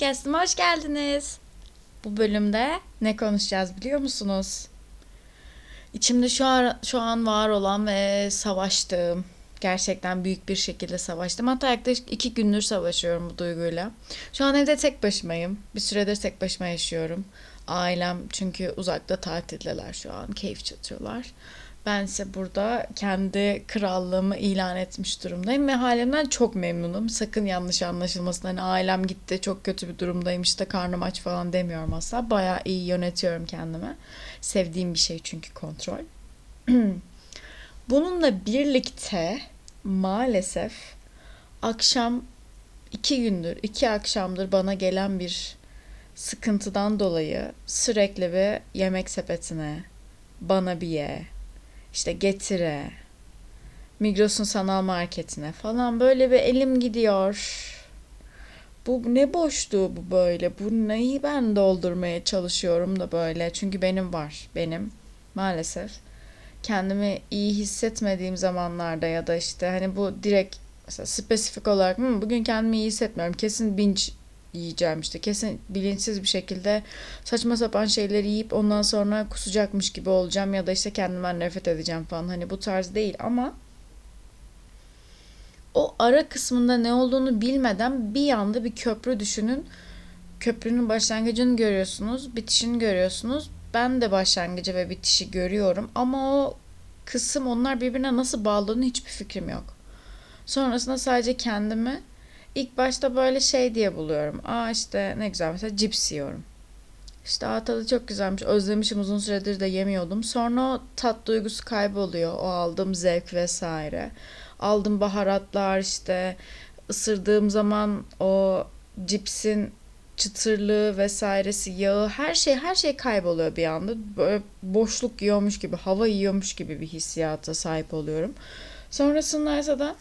Podcast'ıma hoş geldiniz. Bu bölümde ne konuşacağız biliyor musunuz? İçimde şu an var olan ve savaştığım, gerçekten büyük bir şekilde savaştım. Hatta yaklaşık 2 gündür savaşıyorum bu duyguyla. Şu an evde tek başımayım. Bir süredir tek başıma yaşıyorum. Ailem çünkü uzakta tatildeler şu an, keyif çatıyorlar. Ben ise burada kendi krallığımı ilan etmiş durumdayım ve halimden çok memnunum. Sakın yanlış anlaşılmasın. Hani ailem gitti, çok kötü bir durumdayım, işte karnım aç falan demiyorum asla. Bayağı iyi yönetiyorum kendimi. Sevdiğim bir şey çünkü kontrol. Bununla birlikte maalesef akşam 2 gündür, 2 akşamdır bana gelen bir sıkıntıdan dolayı sürekli bir yemek sepetine, bana bir ye, işte getire, Migros'un sanal marketine falan böyle bir elim gidiyor. Bu ne boşluğu bu böyle? Bu neyi ben doldurmaya çalışıyorum da böyle? Çünkü benim var. Benim maalesef kendimi iyi hissetmediğim zamanlarda ya da işte hani bu direkt mesela spesifik olarak bugün kendimi iyi hissetmiyorum. Kesin binge yiyeceğim işte. Kesin bilinçsiz bir şekilde saçma sapan şeyleri yiyip ondan sonra kusacakmış gibi olacağım ya da işte kendimden nefret edeceğim falan. Hani bu tarz değil ama o ara kısmında ne olduğunu bilmeden bir anda bir köprü düşünün. Köprünün başlangıcını görüyorsunuz, bitişini görüyorsunuz. Ben de başlangıcı ve bitişi görüyorum ama o kısım onlar birbirine nasıl bağladığını hiçbir fikrim yok. Sonrasında sadece kendimi ilk başta böyle şey diye buluyorum. Aa işte ne güzel mesela cips yiyorum. İşte tadı çok güzelmiş. Özlemişim, uzun süredir de yemiyordum. Sonra o tat duygusu kayboluyor. O aldığım zevk vesaire. Aldığım baharatlar işte ısırdığım zaman o cipsin çıtırlığı vesairesi, yağı, her şey kayboluyor bir anda. Böyle boşluk yiyormuş gibi, hava yiyormuş gibi bir hissiyata sahip oluyorum. Sonrasında ise de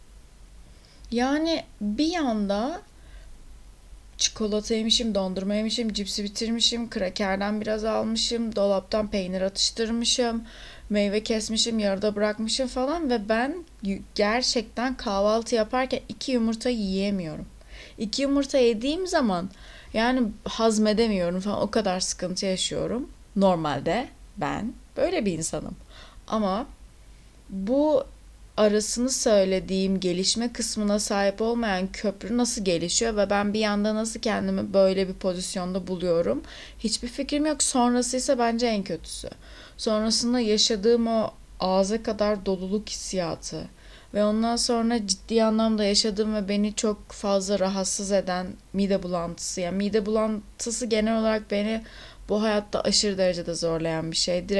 yani bir anda çikolata yemişim, dondurma yemişim, cipsi bitirmişim, krakerden biraz almışım, dolaptan peynir atıştırmışım, meyve kesmişim, yarıda bırakmışım falan ve ben gerçekten kahvaltı yaparken 2 yumurta yiyemiyorum. 2 yumurta yediğim zaman yani hazmedemiyorum falan, o kadar sıkıntı yaşıyorum. Normalde ben böyle bir insanım. Ama bu arasını söylediğim gelişme kısmına sahip olmayan köprü nasıl gelişiyor ve ben bir yanda nasıl kendimi böyle bir pozisyonda buluyorum? Hiçbir fikrim yok. Sonrası ise bence en kötüsü. Sonrasında yaşadığım o ağza kadar doluluk hissiyatı ve ondan sonra ciddi anlamda yaşadığım ve beni çok fazla rahatsız eden mide bulantısı. Yani mide bulantısı genel olarak beni bu hayatta aşırı derecede zorlayan bir şey.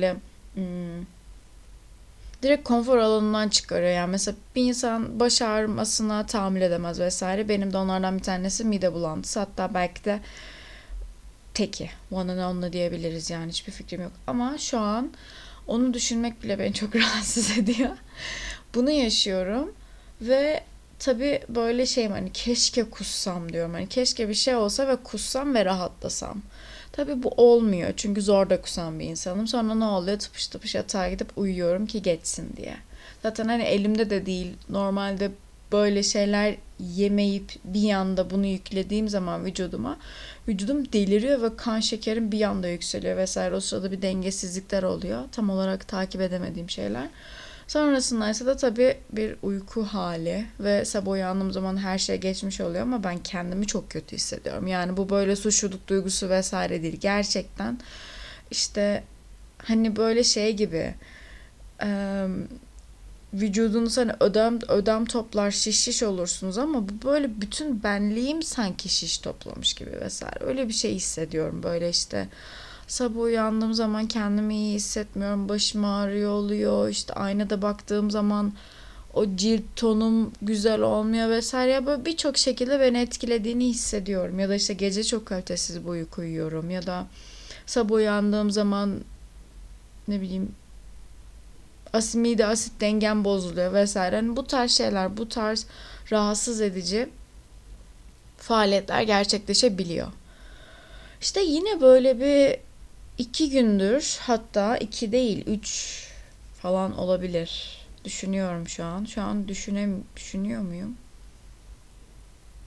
Direkt konfor alanından çıkarıyor. Yani mesela bir insan baş ağrımasına tahammül edemez vesaire. Benim de onlardan bir tanesi mide bulantısı. Hatta belki de teki. One and only diyebiliriz yani, hiçbir fikrim yok. Ama şu an onu düşünmek bile beni çok rahatsız ediyor. Bunu yaşıyorum ve tabii böyle şeyim, hani keşke kussam diyorum. Hani keşke bir şey olsa ve kussam ve rahatlasam. Tabii bu olmuyor çünkü zor da kusan bir insanım. Sonra ne oluyor? Tıpış tıpış yatağa gidip uyuyorum ki geçsin diye. Zaten hani elimde de değil. Normalde böyle şeyler yemeyip bir anda bunu yüklediğim zaman vücudum deliriyor ve kan şekerim bir anda yükseliyor vesaire. O sırada bir dengesizlikler oluyor. Tam olarak takip edemediğim şeyler. Sonrasında ise de tabii bir uyku hali ve sabah uyandığım zaman her şey geçmiş oluyor ama ben kendimi çok kötü hissediyorum. Yani bu böyle suçluluk duygusu vesaire değil. Gerçekten işte hani böyle şey gibi, eee vücudunuz hani ödem toplar, şiş olursunuz ama bu böyle bütün benliğim sanki şiş toplamış gibi vesaire. Öyle bir şey hissediyorum. Böyle işte sabah uyandığım zaman kendimi iyi hissetmiyorum. Başım ağrıyor oluyor. İşte aynada baktığım zaman o cilt tonum güzel olmuyor vesaire. Ya böyle birçok şekilde beni etkilediğini hissediyorum. Ya da işte gece çok kalitesiz bir uyku uyuyorum. Ya da sabah uyandığım zaman ne bileyim mide asit dengem bozuluyor vesaire. Hani bu tarz şeyler, bu tarz rahatsız edici faaliyetler gerçekleşebiliyor. İşte yine böyle bir 2 gündür, hatta iki değil 3 falan olabilir. Düşünüyorum şu an. Şu an düşünüyor muyum?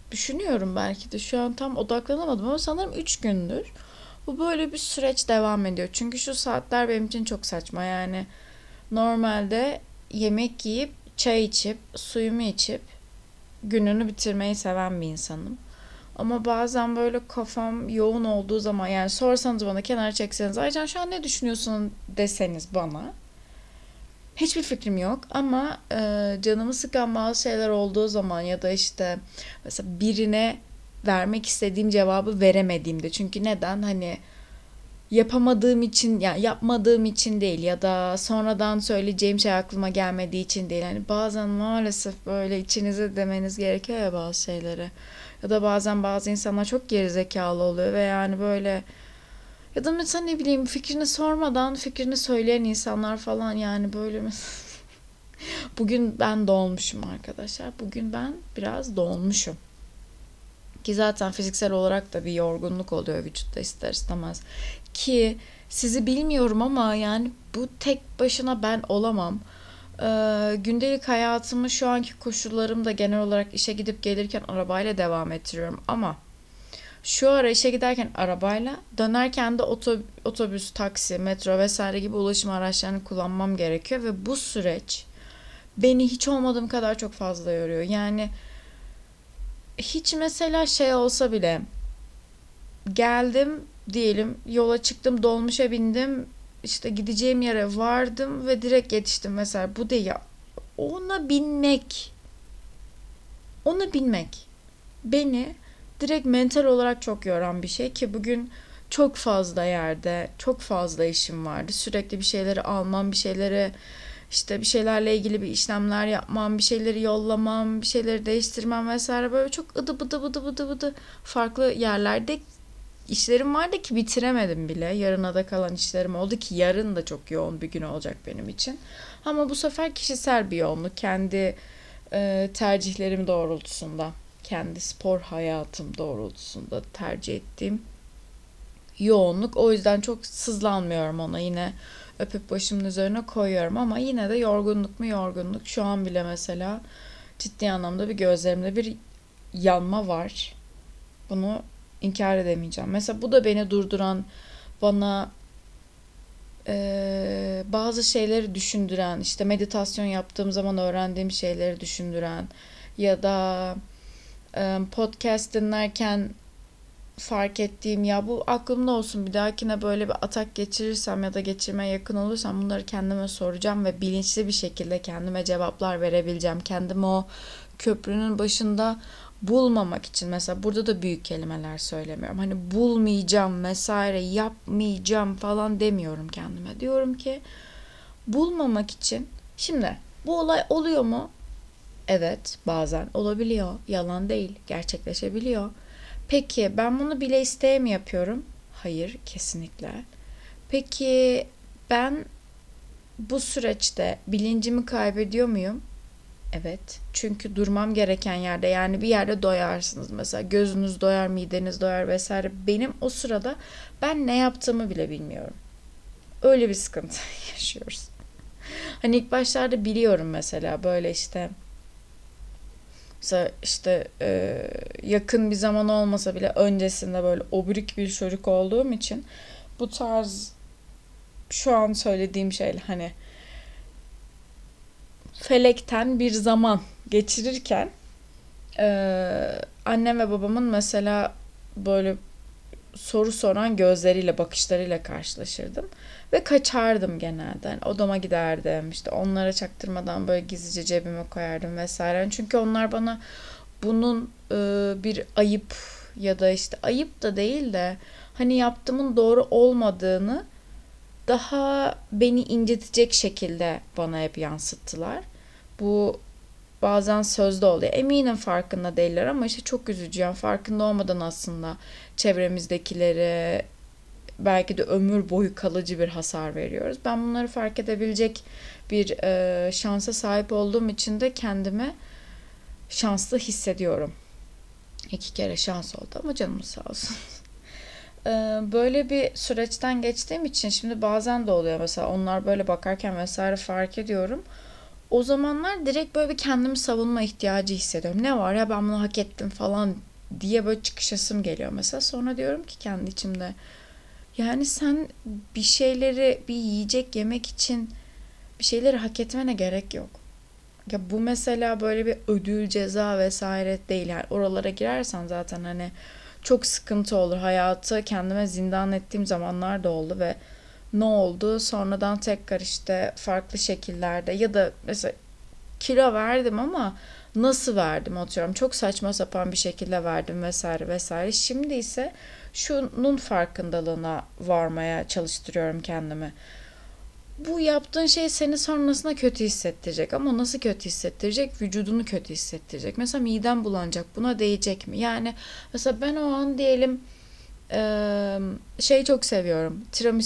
düşünüyorum, belki de şu an tam odaklanamadım ama sanırım 3 gündür bu böyle bir süreç devam ediyor. Çünkü şu saatler benim için çok saçma. Yani normalde yemek yiyip, çay içip, suyumu içip gününü bitirmeyi seven bir insanım. Ama bazen böyle kafam yoğun olduğu zaman, yani sorsanız bana, kenara çekseniz, Aycan şu an ne düşünüyorsun deseniz bana, hiçbir fikrim yok ama canımı sıkan bazı şeyler olduğu zaman ya da işte mesela birine vermek istediğim cevabı veremediğimde, çünkü neden, hani yapamadığım için, yani yapmadığım için değil ya da sonradan söyleyeceğim şey aklıma gelmediği için değil. Hani bazen maalesef böyle içinize demeniz gerekiyor ya bazı şeyleri. Ya da bazen bazı insanlar çok gerizekalı oluyor ve yani böyle, ya da mesela ne bileyim, fikrini sormadan fikrini söyleyen insanlar falan, yani böyle mesela. Bugün ben dolmuşum arkadaşlar. Bugün ben biraz dolmuşum. Ki zaten fiziksel olarak da bir yorgunluk oluyor vücutta ister istemez. Ki sizi bilmiyorum ama yani bu tek başına ben olamam. Gündelik hayatımı şu anki koşullarımda genel olarak işe gidip gelirken arabayla devam ettiriyorum. Ama şu ara işe giderken arabayla, dönerken de otobüs, taksi, metro vesaire gibi ulaşım araçlarını kullanmam gerekiyor. Ve bu süreç beni hiç olmadığım kadar çok fazla yoruyor. Yani hiç mesela şey olsa bile, geldim diyelim, yola çıktım, dolmuşa bindim, işte gideceğim yere vardım ve direkt yetiştim mesela, bu değil ya. Ona binmek, ona binmek beni direkt mental olarak çok yoran bir şey. Ki bugün çok fazla yerde çok fazla işim vardı. Sürekli bir şeyleri almam, bir şeyleri, işte bir şeylerle ilgili bir işlemler yapmam, bir şeyleri yollamam, bir şeyleri değiştirmem vesaire, böyle çok ıdı bıdı bıdı bıdı bıdı farklı yerlerde işlerim vardı ki bitiremedim bile. Yarına da kalan işlerim oldu ki yarın da çok yoğun bir gün olacak benim için. Ama bu sefer kişisel bir yoğunluk. Kendi tercihlerim doğrultusunda, kendi spor hayatım doğrultusunda tercih ettiğim yoğunluk. O yüzden çok sızlanmıyorum ona, yine öpüp başımın üzerine koyuyorum ama yine de yorgunluk mu yorgunluk. Şu an bile mesela ciddi anlamda bir gözlerimde bir yanma var. Bunu inkar edemeyeceğim. Mesela bu da beni durduran, bana bazı şeyleri düşündüren, işte meditasyon yaptığım zaman öğrendiğim şeyleri düşündüren ya da podcast dinlerken fark ettiğim, ya bu aklımda olsun, bir dahakine böyle bir atak geçirirsem ya da geçirmeye yakın olursam bunları kendime soracağım ve bilinçli bir şekilde kendime cevaplar verebileceğim. Kendimi o köprünün başında bulmamak için, mesela burada da büyük kelimeler söylemiyorum. Hani bulmayacağım vesaire, yapmayacağım falan demiyorum kendime. Diyorum ki bulmamak için, şimdi bu olay oluyor mu? Evet, bazen olabiliyor. Yalan değil, gerçekleşebiliyor. Peki ben bunu bile isteye mi yapıyorum? Hayır, kesinlikle. Peki ben bu süreçte bilincimi kaybediyor muyum? Evet. Çünkü durmam gereken yerde, yani bir yerde doyarsınız. Mesela gözünüz doyar, mideniz doyar vesaire. Benim o sırada ben ne yaptığımı bile bilmiyorum. Öyle bir sıkıntı yaşıyoruz. Hani ilk başlarda biliyorum mesela, böyle işte mesela işte yakın bir zaman olmasa bile öncesinde böyle obrik bir çocuk olduğum için bu tarz şu an söylediğim şey, hani felekten bir zaman geçirirken annem ve babamın mesela böyle soru soran gözleriyle, bakışlarıyla karşılaşırdım ve kaçardım genelde. Yani odama giderdim, işte onlara çaktırmadan böyle gizlice cebime koyardım vesaire. Çünkü onlar bana bunun bir ayıp ya da işte ayıp da değil de hani yaptığımın doğru olmadığını daha beni incitecek şekilde bana hep yansıttılar. Bu bazen sözde oluyor. Eminim farkında değiller ama işte çok üzücü. Yani farkında olmadan aslında çevremizdekilere belki de ömür boyu kalıcı bir hasar veriyoruz. Ben bunları fark edebilecek bir şansa sahip olduğum için de kendimi şanslı hissediyorum. 2 kere şans oldu ama canımız sağ olsun. Böyle bir süreçten geçtiğim için şimdi bazen de oluyor mesela, onlar böyle bakarken vesaire fark ediyorum. o zamanlar direkt böyle bir kendimi savunma ihtiyacı hissediyorum. Ne var ya, ben bunu hak ettim falan diye böyle çıkışasım geliyor mesela. Sonra diyorum ki kendi içimde, yani sen bir şeyleri, bir yiyecek yemek için bir şeyleri hak etmene gerek yok. Ya bu mesela böyle bir ödül, ceza vesaire değil. Yani oralara girersen zaten hani çok sıkıntı olur. Hayatı kendime zindan ettiğim zamanlar da oldu ve ne oldu? Sonradan tekrar işte farklı şekillerde ya da mesela kilo verdim ama nasıl verdim atıyorum. Çok saçma sapan bir şekilde verdim vesaire vesaire. Şimdi ise şunun farkındalığına varmaya çalıştırıyorum kendimi. Bu yaptığın şey seni sonrasında kötü hissettirecek. Ama nasıl kötü hissettirecek? Vücudunu kötü hissettirecek. Mesela miden bulanacak. Buna değecek mi? Yani mesela ben o an diyelim şey çok seviyorum.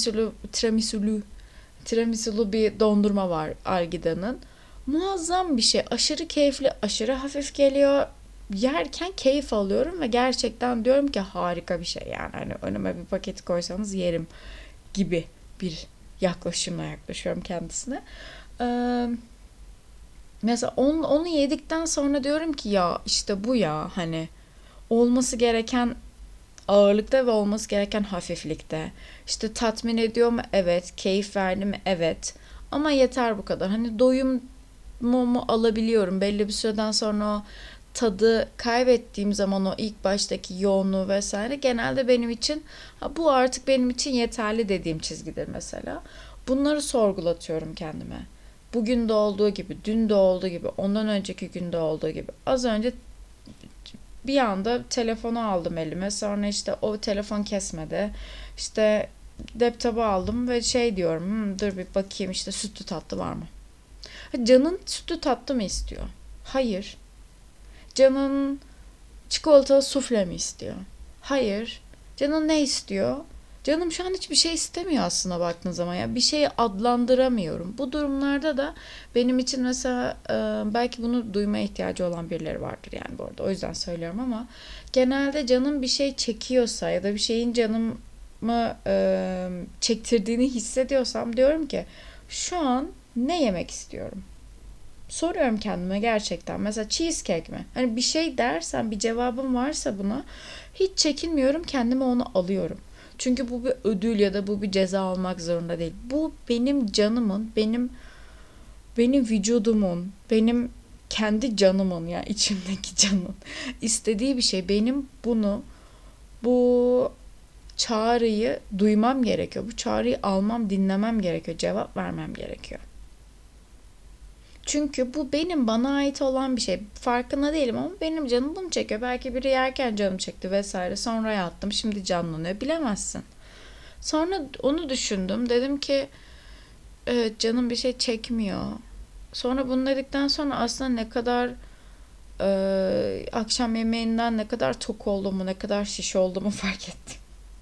Tiramisulu bir dondurma var Algida'nın. Muazzam bir şey. Aşırı keyifli, aşırı hafif geliyor. Yerken keyif alıyorum ve gerçekten diyorum ki harika bir şey yani. Hani önüme bir paket koysanız yerim gibi bir yaklaşımla yaklaşıyorum kendisine. Ee, Mesela onu yedikten sonra diyorum ki ya işte bu ya hani olması gereken ağırlıkta ve olması gereken hafiflikte. İşte tatmin ediyor mu? Evet. Keyif verdi mi? Evet. Ama yeter bu kadar. Hani doyumumu alabiliyorum. Belli bir süreden sonra o tadı kaybettiğim zaman o ilk baştaki yoğunluğu vesaire genelde benim için bu artık benim için yeterli dediğim çizgidir mesela. Bunları sorgulatıyorum kendime. Bugün de olduğu gibi, dün de olduğu gibi, ondan önceki günde olduğu gibi. Az önce bir anda telefonu aldım elime. Sonra işte o telefon kesmedi. İşte laptopu aldım ve şey diyorum. Dur bir bakayım işte sütlü tatlı var mı? Canın sütlü tatlı mı istiyor? Hayır. Canın çikolatalı sufle mi istiyor? Hayır. Canın ne istiyor? Canım şu an hiçbir şey istemiyor aslında baktığın zaman. Ya bir şeyi adlandıramıyorum. Bu durumlarda da benim için mesela belki bunu duymaya ihtiyacı olan birileri vardır yani bu arada. O yüzden söylüyorum ama genelde canım bir şey çekiyorsa ya da bir şeyin canımı çektirdiğini hissediyorsam diyorum ki şu an ne yemek istiyorum? Soruyorum kendime gerçekten. Mesela cheesecake mi? Hani bir şey dersen, bir cevabım varsa buna hiç çekinmiyorum, kendime onu alıyorum. Çünkü bu bir ödül ya da bu bir ceza olmak zorunda değil. Bu benim canımın, benim vücudumun, benim kendi canımın yani içimdeki canın istediği bir şey. Benim bu çağrıyı duymam gerekiyor. Bu çağrıyı almam, dinlemem gerekiyor. Cevap vermem gerekiyor. Çünkü bu benim bana ait olan bir şey. Farkında değilim ama benim canım bunu çekiyor. Belki biri yerken canım çekti vesaire. Sonra yattım. Şimdi canlanıyor. Bilemezsin. Sonra onu düşündüm. Dedim ki evet canım bir şey çekmiyor. Sonra bunu dedikten sonra aslında ne kadar akşam yemeğinden ne kadar tok olduğumu, ne kadar şiş olduğumu fark ettim.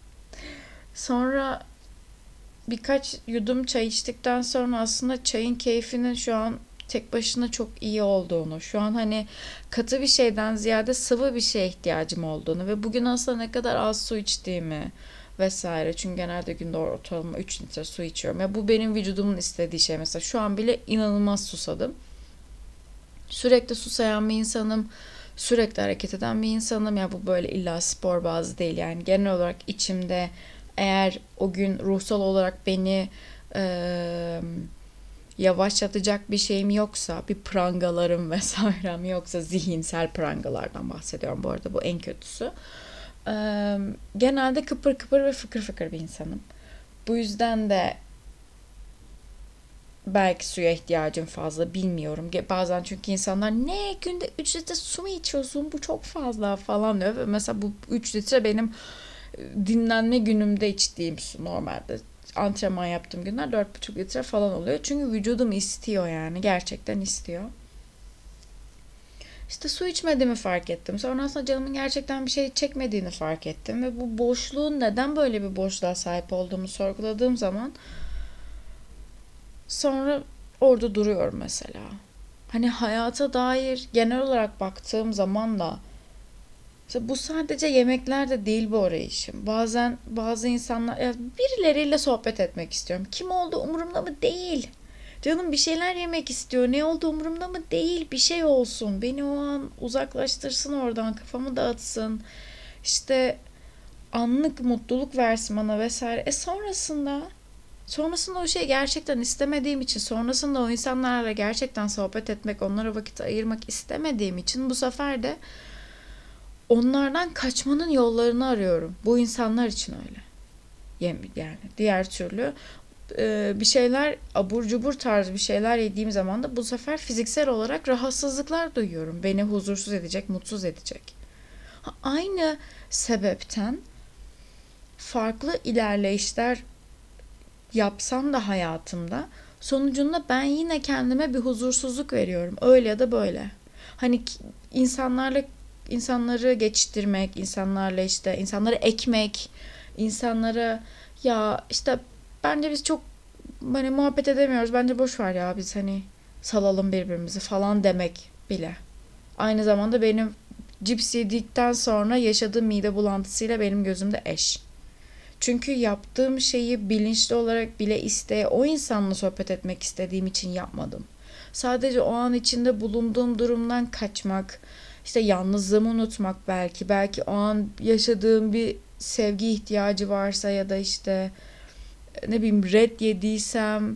Sonra birkaç yudum çay içtikten sonra aslında çayın keyfinin şu an tek başına çok iyi olduğunu, şu an hani katı bir şeyden ziyade sıvı bir şeye ihtiyacım olduğunu ve bugün aslında ne kadar az su içtiğimi vesaire. Çünkü genelde günde ortalama 3 litre su içiyorum. Ya bu benim vücudumun istediği şey. Mesela şu an bile inanılmaz susadım. Sürekli susayan bir insanım. Sürekli hareket eden bir insanım. Ya bu böyle illa spor bazlı değil. Yani genel olarak içimde eğer o gün ruhsal olarak beni eee yavaşlatacak bir şeyim yoksa, bir prangalarım vesairem yoksa, zihinsel prangalardan bahsediyorum bu arada, bu en kötüsü. Genelde kıpır kıpır ve fıkır fıkır bir insanım. Bu yüzden de belki suya ihtiyacım fazla, bilmiyorum. Bazen çünkü insanlar ne günde 3 litre su mu içiyorsun, bu çok fazla falan diyor. Ve mesela bu 3 litre benim dinlenme günümde içtiğim su normalde. Antrenman yaptığım günler 4,5 litre falan oluyor. Çünkü vücudum istiyor yani. Gerçekten istiyor. İşte su içmediğimi fark ettim. Sonra aslında canımın gerçekten bir şey çekmediğini fark ettim. Ve bu boşluğun neden böyle bir boşluğa sahip olduğumu sorguladığım zaman sonra orada duruyorum mesela. Hani hayata dair genel olarak baktığım zaman da bu sadece yemeklerde değil bu arayışım. Bazen bazı insanlar ya birileriyle sohbet etmek istiyorum. Kim olduğu umurumda mı değil. Canım bir şeyler yemek istiyor. Ne oldu umurumda mı? Değil. Bir şey olsun. Beni o an uzaklaştırsın oradan. Kafamı dağıtsın. İşte anlık mutluluk versin bana vesaire. Sonrasında o şeyi gerçekten istemediğim için, sonrasında o insanlarla gerçekten sohbet etmek, onlara vakit ayırmak istemediğim için bu sefer de onlardan kaçmanın yollarını arıyorum. Bu insanlar için öyle. Yani diğer türlü bir şeyler abur cubur tarzı bir şeyler yediğim zaman da bu sefer fiziksel olarak rahatsızlıklar duyuyorum. Beni huzursuz edecek, mutsuz edecek. Aynı sebepten farklı ilerleyişler yapsam da hayatımda sonucunda ben yine kendime bir huzursuzluk veriyorum. Öyle ya da böyle. Hani insanları geçiştirmek, insanları ekmek, insanlara ya işte bence biz çok hani muhabbet edemiyoruz. Bence boş ver ya biz hani salalım birbirimizi falan demek bile. Aynı zamanda benim cips yedikten sonra yaşadığım mide bulantısıyla benim gözümde eş. Çünkü yaptığım şeyi bilinçli olarak bile o insanla sohbet etmek istediğim için yapmadım. Sadece o an içinde bulunduğum durumdan kaçmak, işte yalnızlığımı unutmak belki o an yaşadığım bir sevgi ihtiyacı varsa ya da işte ne bileyim red yediysem,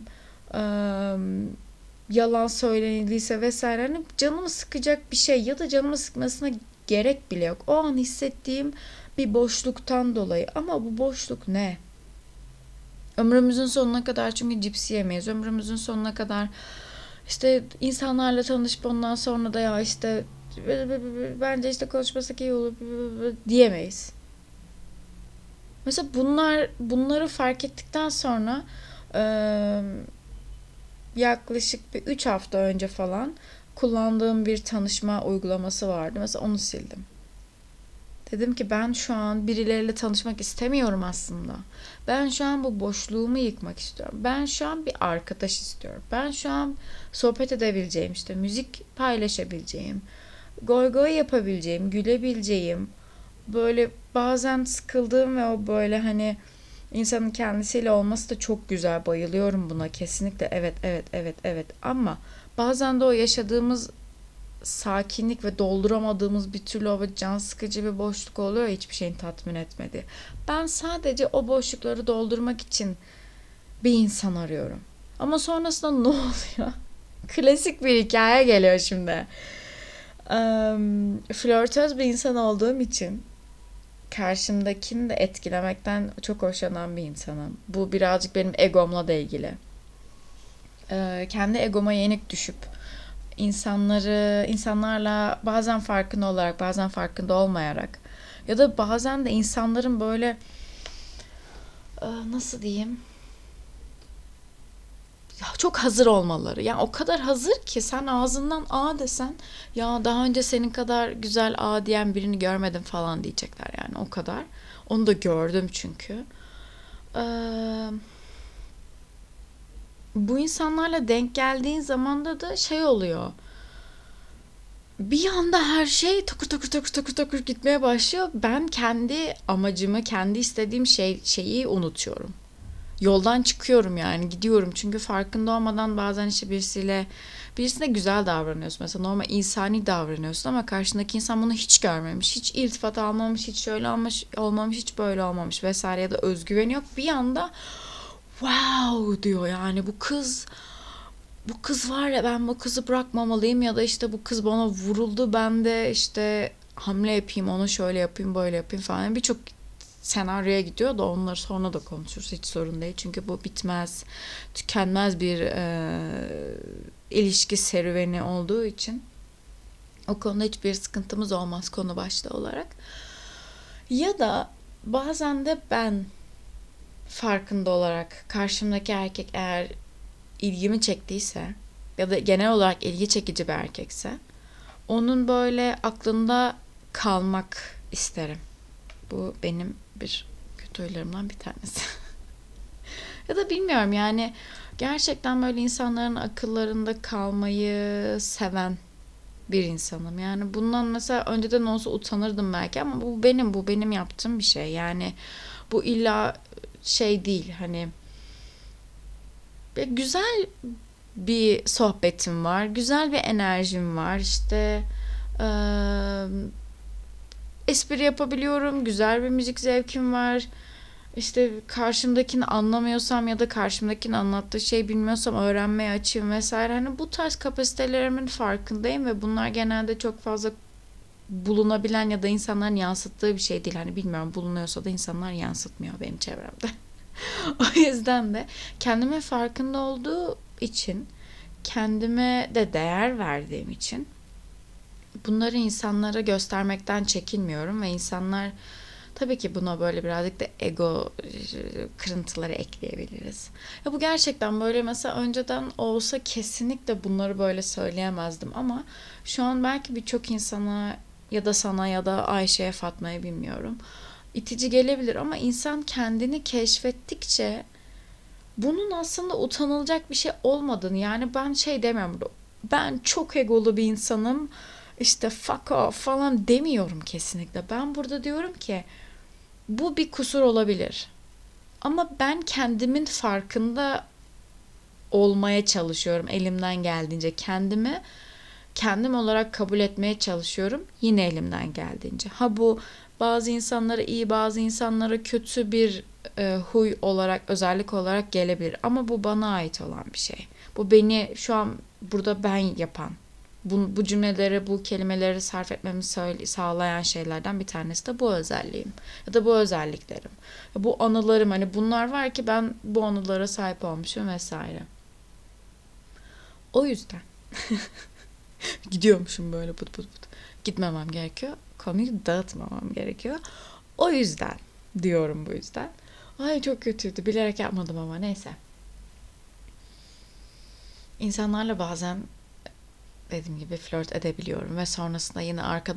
yalan söylenildiyse vesaire hani canımı sıkacak bir şey ya da canımı sıkmasına gerek bile yok. O an hissettiğim bir boşluktan dolayı. Ama bu boşluk ne? Ömrümüzün sonuna kadar çünkü cips yemeyiz. Ömrümüzün sonuna kadar işte insanlarla tanışıp ondan sonra da ya işte bence işte konuşmasak iyi olur diyemeyiz. Mesela bunları fark ettikten sonra yaklaşık bir 3 hafta önce falan kullandığım bir tanışma uygulaması vardı. Mesela onu sildim. Dedim ki ben şu an birileriyle tanışmak istemiyorum aslında. Ben şu an bu boşluğumu yıkmak istiyorum. Ben şu an bir arkadaş istiyorum. Ben şu an sohbet edebileceğim, işte müzik paylaşabileceğim, goy goy yapabileceğim, gülebileceğim, böyle bazen sıkıldığım ve o böyle hani insanın kendisiyle olması da çok güzel. Bayılıyorum buna kesinlikle. Evet, evet, evet, evet. Ama bazen de o yaşadığımız sakinlik ve dolduramadığımız bir türlü o can sıkıcı bir boşluk oluyor ya, hiçbir şeyin tatmin etmediği. Ben sadece o boşlukları doldurmak için bir insan arıyorum. Ama sonrasında ne oluyor? Klasik bir hikaye geliyor şimdi. Flörtöz bir insan olduğum için karşımdakini de etkilemekten çok hoşlanan bir insanım. Bu birazcık benim egomla da ilgili. Kendi egoma yenik düşüp insanlarla bazen farkında olarak bazen farkında olmayarak ya da bazen de insanların böyle nasıl diyeyim çok hazır olmaları. Yani o kadar hazır ki sen ağzından A desen ya daha önce senin kadar güzel A diyen birini görmedim falan diyecekler yani o kadar. Onu da gördüm çünkü. Bu insanlarla denk geldiğin zamanda da şey oluyor. Bir anda her şey takır takır takır takır takır gitmeye başlıyor. Ben kendi amacımı, kendi istediğim şeyi unutuyorum. Yoldan çıkıyorum yani gidiyorum. Çünkü farkında olmadan bazen işte birisine güzel davranıyorsun. Mesela normal insani davranıyorsun ama karşındaki insan bunu hiç görmemiş. Hiç iltifat almamış, hiç şöyle olmamış, hiç böyle olmamış vesaire ya da özgüveni yok. Bir anda wow diyor yani bu kız var ya ben bu kızı bırakmamalıyım ya da işte bu kız bana vuruldu ben de işte hamle yapayım onu şöyle yapayım böyle yapayım falan birçok senaryoya gidiyor da onları sonra da konuşuruz hiç sorun değil çünkü bu bitmez tükenmez bir ilişki serüveni olduğu için o konuda hiçbir sıkıntımız olmaz konu başlığı olarak ya da bazen de ben farkında olarak karşımdaki erkek eğer ilgimi çektiyse ya da genel olarak ilgi çekici bir erkekse onun böyle aklında kalmak isterim. Bu benim bir kötü huylarımdan bir tanesi. Ya da bilmiyorum yani gerçekten böyle insanların akıllarında kalmayı seven bir insanım. Yani bundan mesela önceden olsa utanırdım belki ama bu benim yaptığım bir şey. Yani bu illa şey değil hani güzel bir sohbetim var, güzel bir enerjim var, işte eee, espri yapabiliyorum, güzel bir müzik zevkim var. İşte karşımdakini anlamıyorsam ya da karşımdakinin anlattığı şey bilmiyorsam öğrenmeye açığım vesaire. Hani bu tarz kapasitelerimin farkındayım ve bunlar genelde çok fazla bulunabilen ya da insanların yansıttığı bir şey değil. Hani bilmiyorum, bulunuyorsa da insanlar yansıtmıyor benim çevremde. O yüzden de kendime farkında olduğu için, kendime de değer verdiğim için bunları insanlara göstermekten çekinmiyorum ve insanlar, tabii ki buna böyle birazcık da ego kırıntıları ekleyebiliriz. Ya bu gerçekten böyle, mesela önceden olsa kesinlikle bunları böyle söyleyemezdim ama şu an belki birçok insana ya da sana ya da Ayşe'ye, Fatma'ya, bilmiyorum, itici gelebilir ama insan kendini keşfettikçe bunun aslında utanılacak bir şey olmadığını, yani ben şey demiyorum, ben çok egolu bir insanım, işte fuck off falan demiyorum kesinlikle. Ben burada diyorum ki bu bir kusur olabilir. Ama ben kendimin farkında olmaya çalışıyorum elimden geldiğince. Kendimi kendim olarak kabul etmeye çalışıyorum yine elimden geldiğince. Ha bu bazı insanlara iyi, bazı insanlara kötü bir huy olarak, özellik olarak gelebilir. Ama bu bana ait olan bir şey. Bu beni şu an burada ben yapan, bu cümleleri, bu kelimeleri sarf etmemi sağlayan şeylerden bir tanesi de bu özelliğim. Ya da bu özelliklerim. Bu anılarım, hani bunlar var ki ben bu anılara sahip olmuşum vesaire. O yüzden gidiyormuşum böyle put put put. Gitmemem gerekiyor. Konuyu dağıtmamam gerekiyor. O yüzden diyorum, bu yüzden. Ay çok kötüydü. Bilerek yapmadım ama neyse. İnsanlarla bazen dediğim gibi flört edebiliyorum ve sonrasında yine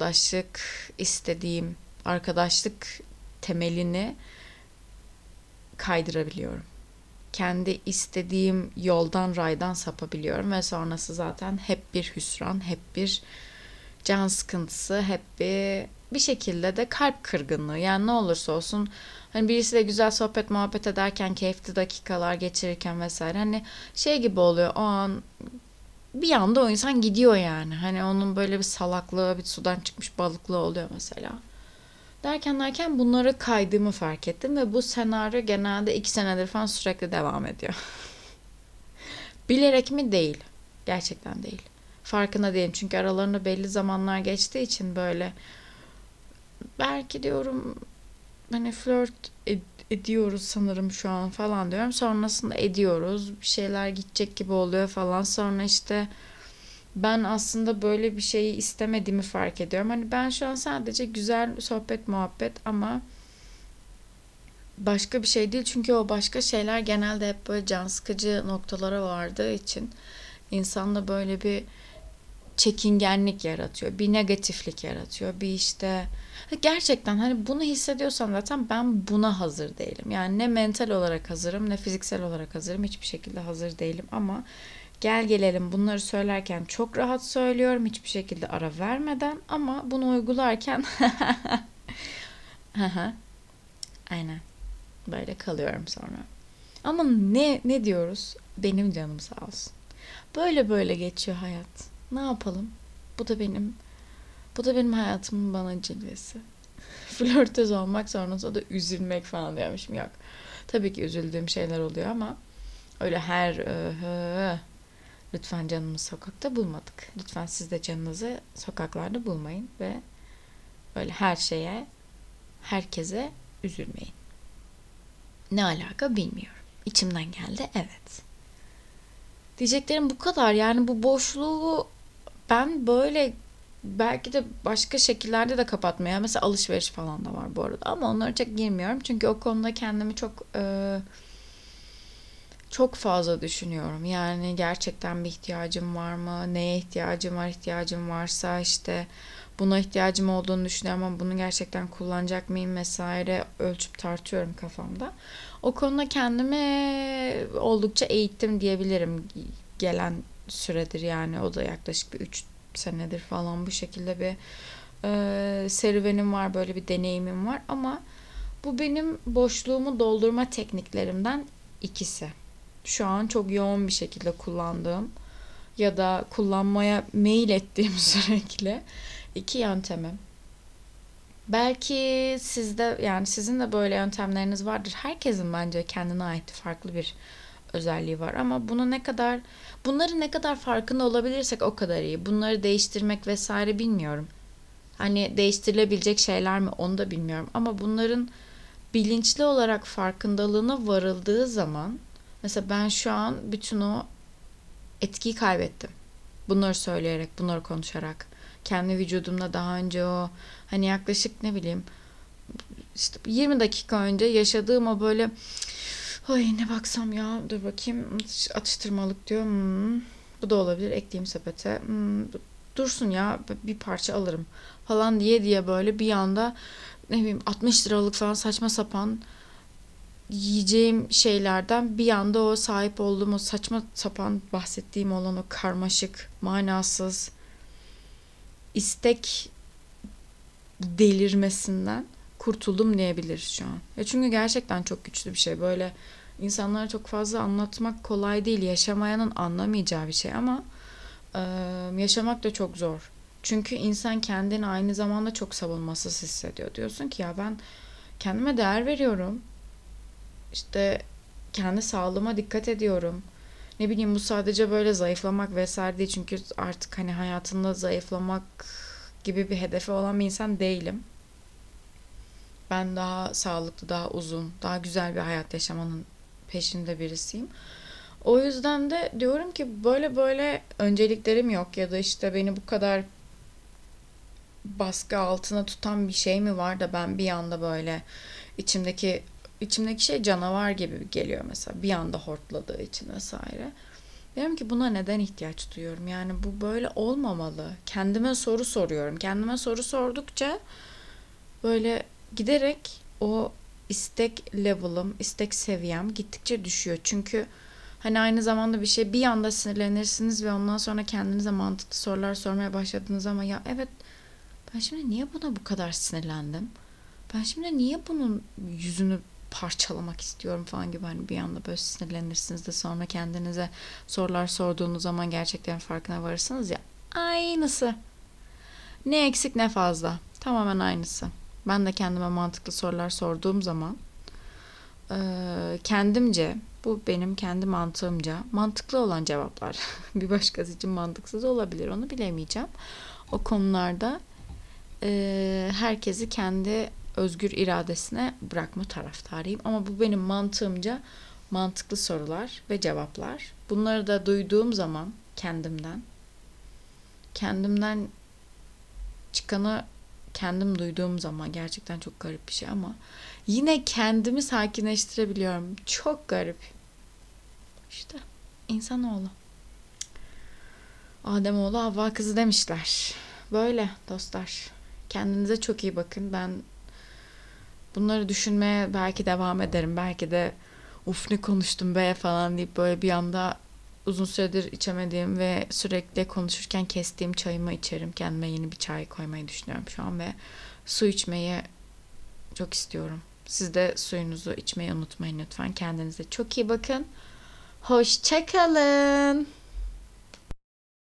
arkadaşlık temelini kaydırabiliyorum. Kendi istediğim yoldan, raydan sapabiliyorum ve sonrası zaten hep bir hüsran, hep bir can sıkıntısı, hep bir şekilde de kalp kırgınlığı. Yani ne olursa olsun, hani birisiyle güzel sohbet muhabbet ederken, keyifli dakikalar geçirirken vesaire, hani şey gibi oluyor o an, bir anda o insan gidiyor yani. Hani onun böyle bir salaklığı, bir sudan çıkmış balıklığı oluyor mesela. Derken bunlara kaydığımı fark ettim ve bu senaryo genelde 2 senedir falan sürekli devam ediyor. Bilerek mi? Değil. Gerçekten değil. Farkında değilim çünkü aralarında belli zamanlar geçtiği için böyle, belki diyorum hani flört ediyoruz sanırım şu an falan diyorum. Sonrasında ediyoruz. Bir şeyler gidecek gibi oluyor falan. Sonra işte ben aslında böyle bir şeyi istemediğimi fark ediyorum. Hani ben şu an sadece güzel sohbet muhabbet ama başka bir şey değil. Çünkü o başka şeyler genelde hep böyle can sıkıcı noktalara vardığı için insanda böyle bir çekingenlik yaratıyor. Bir negatiflik yaratıyor. Bir işte gerçekten hani bunu hissediyorsam zaten ben buna hazır değilim. Yani ne mental olarak hazırım ne fiziksel olarak hazırım. Hiçbir şekilde hazır değilim ama gel gelelim bunları söylerken çok rahat söylüyorum. Hiçbir şekilde ara vermeden ama bunu uygularken aynen böyle kalıyorum sonra. Ama ne diyoruz? Benim canım sağ olsun. Böyle böyle geçiyor hayat. Ne yapalım? Bu da benim Bu da benim hayatımın bana cilvesi. Flörtöz olmak, sonrasında da üzülmek falan diyormuşum. Yok. Tabii ki üzüldüğüm şeyler oluyor ama öyle lütfen canımızı sokakta bulmadık. Lütfen siz de canınızı sokaklarda bulmayın ve böyle her şeye, herkese üzülmeyin. Ne alaka bilmiyorum. İçimden geldi, evet. Diyeceklerim bu kadar. Yani bu boşluğu ben böyle belki de başka şekillerde de kapatmaya, mesela alışveriş falan da var bu arada ama onlara çok girmiyorum çünkü o konuda kendimi çok fazla düşünüyorum. Yani gerçekten bir ihtiyacım var mı? Neye ihtiyacım var? İhtiyacım varsa işte buna ihtiyacım olduğunu düşünüyorum ama bunu gerçekten kullanacak mıyım vesaire, ölçüp tartıyorum kafamda. O konuda kendimi oldukça eğittim diyebilirim gelen süredir, yani o da yaklaşık bir 3 senedir falan bu şekilde bir serüvenim var, böyle bir deneyimim var ama bu benim boşluğumu doldurma tekniklerimden ikisi. Şu an çok yoğun bir şekilde kullandığım ya da kullanmaya meyil ettiğim sürekli iki yöntemim. Belki sizde, yani sizin de böyle yöntemleriniz vardır. Herkesin bence kendine ait farklı bir özelliği var ama bunları ne kadar farkında olabilirsek o kadar iyi. Bunları değiştirmek vesaire bilmiyorum. Hani değiştirilebilecek şeyler mi onu da bilmiyorum ama bunların bilinçli olarak farkındalığına varıldığı zaman, mesela ben şu an bütün o etkiyi kaybettim. Bunları söyleyerek, bunları konuşarak. Kendi vücudumda daha önce o hani yaklaşık ne bileyim işte 20 dakika önce yaşadığım o böyle ay ne baksam ya dur bakayım atıştırmalık diyor. Bu da olabilir ekleyeyim sepete. Dursun ya bir parça alırım falan diye böyle bir anda ne bileyim 60 liralık falan saçma sapan yiyeceğim şeylerden bir anda o sahip olduğum o saçma sapan bahsettiğim olan o karmaşık, manasız istek delirmesinden kurtuldum diyebiliriz şu an. Ya çünkü gerçekten çok güçlü bir şey. Böyle insanlara çok fazla anlatmak kolay değil. Yaşamayanın anlamayacağı bir şey ama yaşamak da çok zor. Çünkü insan kendini aynı zamanda çok savunmasız hissediyor. Diyorsun ki ya ben kendime değer veriyorum. İşte kendi sağlığıma dikkat ediyorum. Ne bileyim bu sadece böyle zayıflamak vesaire değil. Çünkü artık hani hayatında zayıflamak gibi bir hedefi olan bir insan değilim. Ben daha sağlıklı, daha uzun, daha güzel bir hayat yaşamanın peşinde birisiyim. O yüzden de diyorum ki böyle böyle önceliklerim yok ya da işte beni bu kadar baskı altına tutan bir şey mi var da ben bir anda böyle içimdeki içimdeki şey canavar gibi geliyor mesela bir anda hortladığı için vesaire. Diyorum ki buna neden ihtiyaç duyuyorum? Yani bu böyle olmamalı. Kendime soru soruyorum. Kendime soru sordukça böyle giderek o istek level'ım, istek seviyem gittikçe düşüyor. Çünkü hani aynı zamanda bir şey bir anda sinirlenirsiniz ve ondan sonra kendinize mantıklı sorular sormaya başladığınız zaman ya evet ben şimdi niye buna bu kadar sinirlendim? Ben şimdi niye bunun yüzünü parçalamak istiyorum falan gibi hani bir anda böyle sinirlenirsiniz de sonra kendinize sorular sorduğunuz zaman gerçekten farkına varırsınız ya aynısı. Ne eksik ne fazla. Tamamen aynısı. Ben de kendime mantıklı sorular sorduğum zaman kendimce bu benim kendi mantığımca mantıklı olan cevaplar. Bir başkası için mantıksız olabilir onu bilemeyeceğim. O konularda herkesi kendi özgür iradesine bırakma taraftarıyım. Ama bu benim mantığımca mantıklı sorular ve cevaplar. Bunları da duyduğum zaman kendimden çıkanı kendim duyduğum zaman gerçekten çok garip bir şey ama yine kendimi sakinleştirebiliyorum. Çok garip. İşte insanoğlu. Ademoğlu Havva kızı demişler. Böyle dostlar. Kendinize çok iyi bakın. Ben bunları düşünmeye belki devam ederim. Belki de uf ne konuştum be falan deyip böyle bir anda uzun süredir içemediğim ve sürekli konuşurken kestiğim çayımı içerim. Kendime yeni bir çay koymayı düşünüyorum şu an ve su içmeyi çok istiyorum. Siz de suyunuzu içmeyi unutmayın lütfen. Kendinize çok iyi bakın. Hoşça kalın.